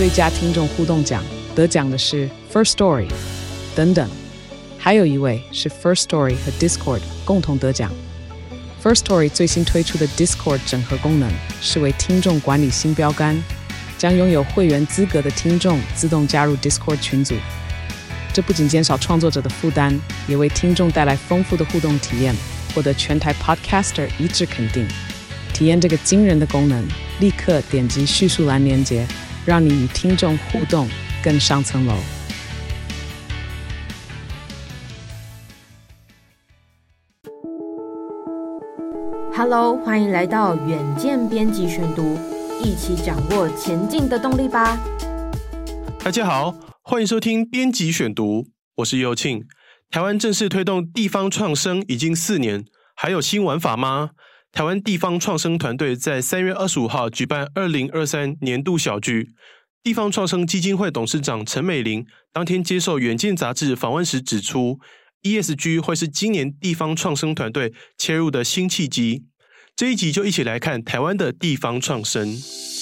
最佳听众互动奖，得奖的是 First Story 等等，还有一位是 First Story 和 Discord 共同得奖。First Story 最新推出的 Discord 整合功能是为听众管理新标杆，将拥有会员资格的听众自动加入 Discord 群组。这不仅减少创作者的负担，也为听众带来丰富的互动体验，获得全台 Podcaster 一致肯定。体验这个惊人的功能，立刻点击叙述栏连结，让你与听众互动更上层楼。 Hello， 欢迎来到远见编辑选读，一起掌握前进的动力吧。 大家好，欢迎收听编辑选读，我是佑庆。台湾正式推动地方创生已经4年，还有新玩法吗？台湾地方创生团队在3月25号举办2023年度小聚，地方创生基金会董事长陈美玲当天接受远见杂志访问时指出， ESG 会是今年地方创生团队切入的新契机。这一集就一起来看台湾的地方创生。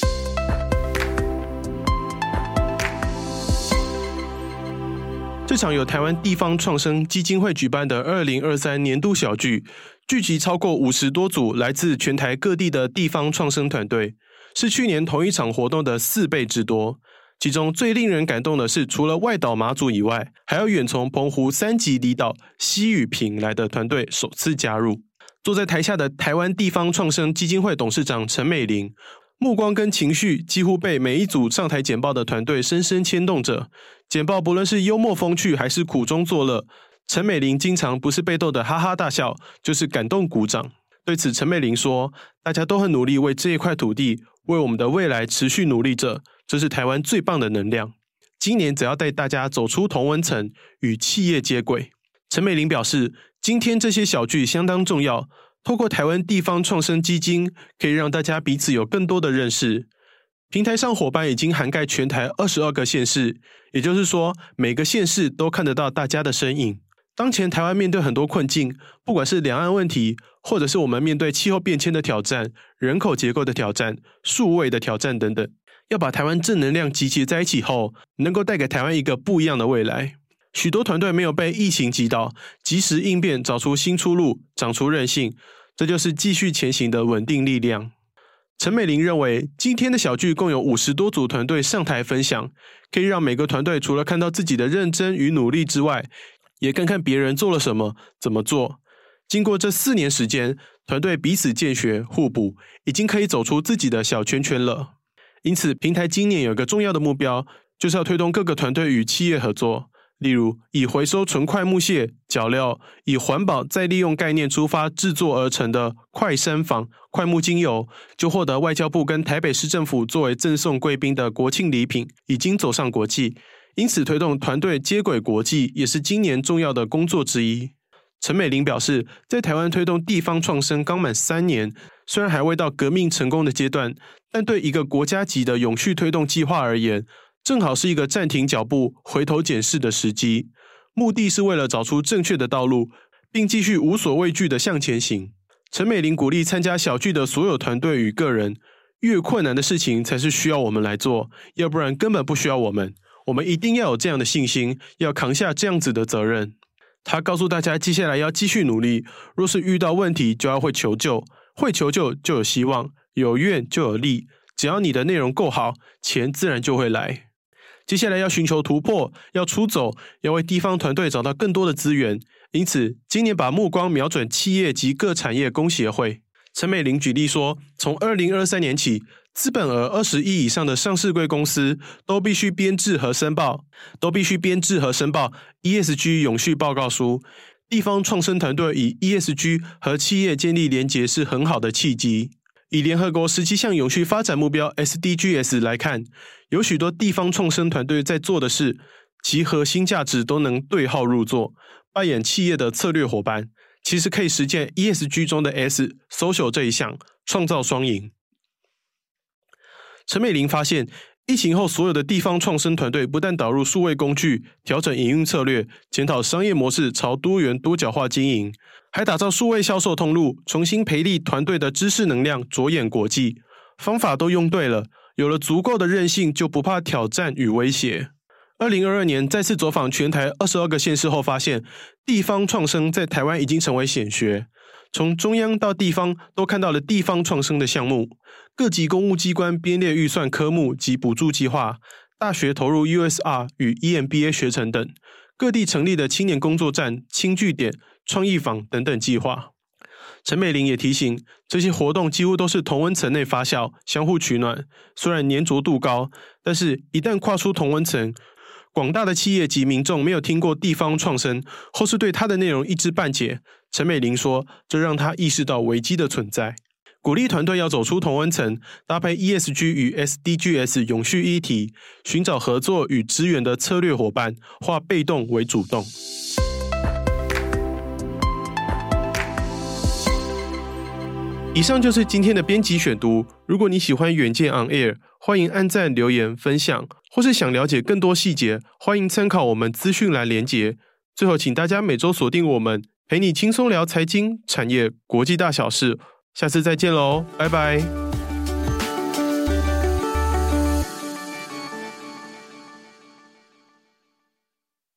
这场由台湾地方创生基金会举办的2023年度小聚，聚集超过50多组来自全台各地的地方创生团队，是去年同一场活动的4倍之多。其中最令人感动的是，除了外岛马祖以外，还有远从澎湖3级离岛西屿坪来的团队首次加入。坐在台下的台湾地方创生基金会董事长陈美玲，目光跟情绪几乎被每一组上台简报的团队深深牵动着。简报不论是幽默风趣还是苦中作乐，陈美玲经常不是被逗得哈哈大笑，就是感动鼓掌。对此陈美玲说，大家都很努力为这一块土地，为我们的未来持续努力着，这是台湾最棒的能量。今年只要带大家走出同温层，与企业接轨。陈美玲表示，今天这些小聚相当重要，透过台湾地方创生基金，可以让大家彼此有更多的认识。平台上伙伴已经涵盖全台22个县市，也就是说，每个县市都看得到大家的身影。当前台湾面对很多困境，不管是两岸问题，或者是我们面对气候变迁的挑战、人口结构的挑战、数位的挑战等等，要把台湾正能量集结在一起后，能够带给台湾一个不一样的未来。许多团队没有被疫情击倒，及时应变，找出新出路，长出韧性，这就是继续前行的稳定力量。陈美玲认为，今天的小聚共有50多组团队上台分享，可以让每个团队除了看到自己的认真与努力之外，也看看别人做了什么，怎么做。经过这4年时间，团队彼此见学互补，已经可以走出自己的小圈圈了。因此，平台今年有一个重要的目标，就是要推动各个团队与企业合作。例如，以回收纯块木屑、脚料，以环保再利用概念出发制作而成的快山坊快木精油，就获得外交部跟台北市政府作为赠送贵宾的国庆礼品，已经走上国际。因此，推动团队接轨国际也是今年重要的工作之一。陈美玲表示，在台湾推动地方创生刚满3年，虽然还未到革命成功的阶段，但对一个国家级的永续推动计划而言，正好是一个暂停脚步、回头检视的时机。目的是为了找出正确的道路，并继续无所畏惧地向前行。陈美玲鼓励参加小聚的所有团队与个人，越困难的事情才是需要我们来做，要不然根本不需要我们。我们一定要有这样的信心，要扛下这样子的责任。他告诉大家，接下来要继续努力，若是遇到问题就要会求救，会求救就有希望，有愿就有力，只要你的内容够好，钱自然就会来。接下来要寻求突破，要出走，要为地方团队找到更多的资源。因此，今年把目光瞄准企业及各产业工协会。陈美玲举例说，从2023年起，资本额20亿以上的上市柜公司都必须编制和申报 ESG 永续报告书。地方创生团队以 ESG 和企业建立连结是很好的契机。以联合国17项永续发展目标 SDGs 来看，有许多地方创生团队在做的事，其核心价值都能对号入座，扮演企业的策略伙伴，其实可以实践 ESG 中的 S Social 这一项，创造双赢。陈美玲发现，疫情后所有的地方创生团队不但导入数位工具，调整营运策略，检讨商业模式，朝多元多角化经营，还打造数位销售通路，重新培力团队的知识能量，着眼国际。方法都用对了， 有了足够的韧性，就不怕挑战与威胁。2022年再次走访全台22个县市后发现，地方创生在台湾已经成为显学，从中央到地方都看到了地方创生的项目，各级公务机关编列预算科目及补助计划，大学投入 USR 与 EMBA 学程等，各地成立的青年工作站、青据点、创意坊等等计划。陈美玲也提醒，这些活动几乎都是同温层内发酵，相互取暖，虽然粘着度高，但是一旦跨出同温层，广大的企业及民众没有听过地方创生，或是对它的内容一知半解，陈美玲说，这让她意识到危机的存在。鼓励团队要走出同温层，搭配 ESG 与 SDGs 永续议题，寻找合作与支援的策略伙伴，化被动为主动。以上就是今天的编辑选读。如果你喜欢远见 On Air， 欢迎按赞、留言、分享，或是想了解更多细节，欢迎参考我们资讯栏连结。最后，请大家每周锁定我们，陪你轻松聊财经、产业、国际大小事。下次再见喽，拜拜。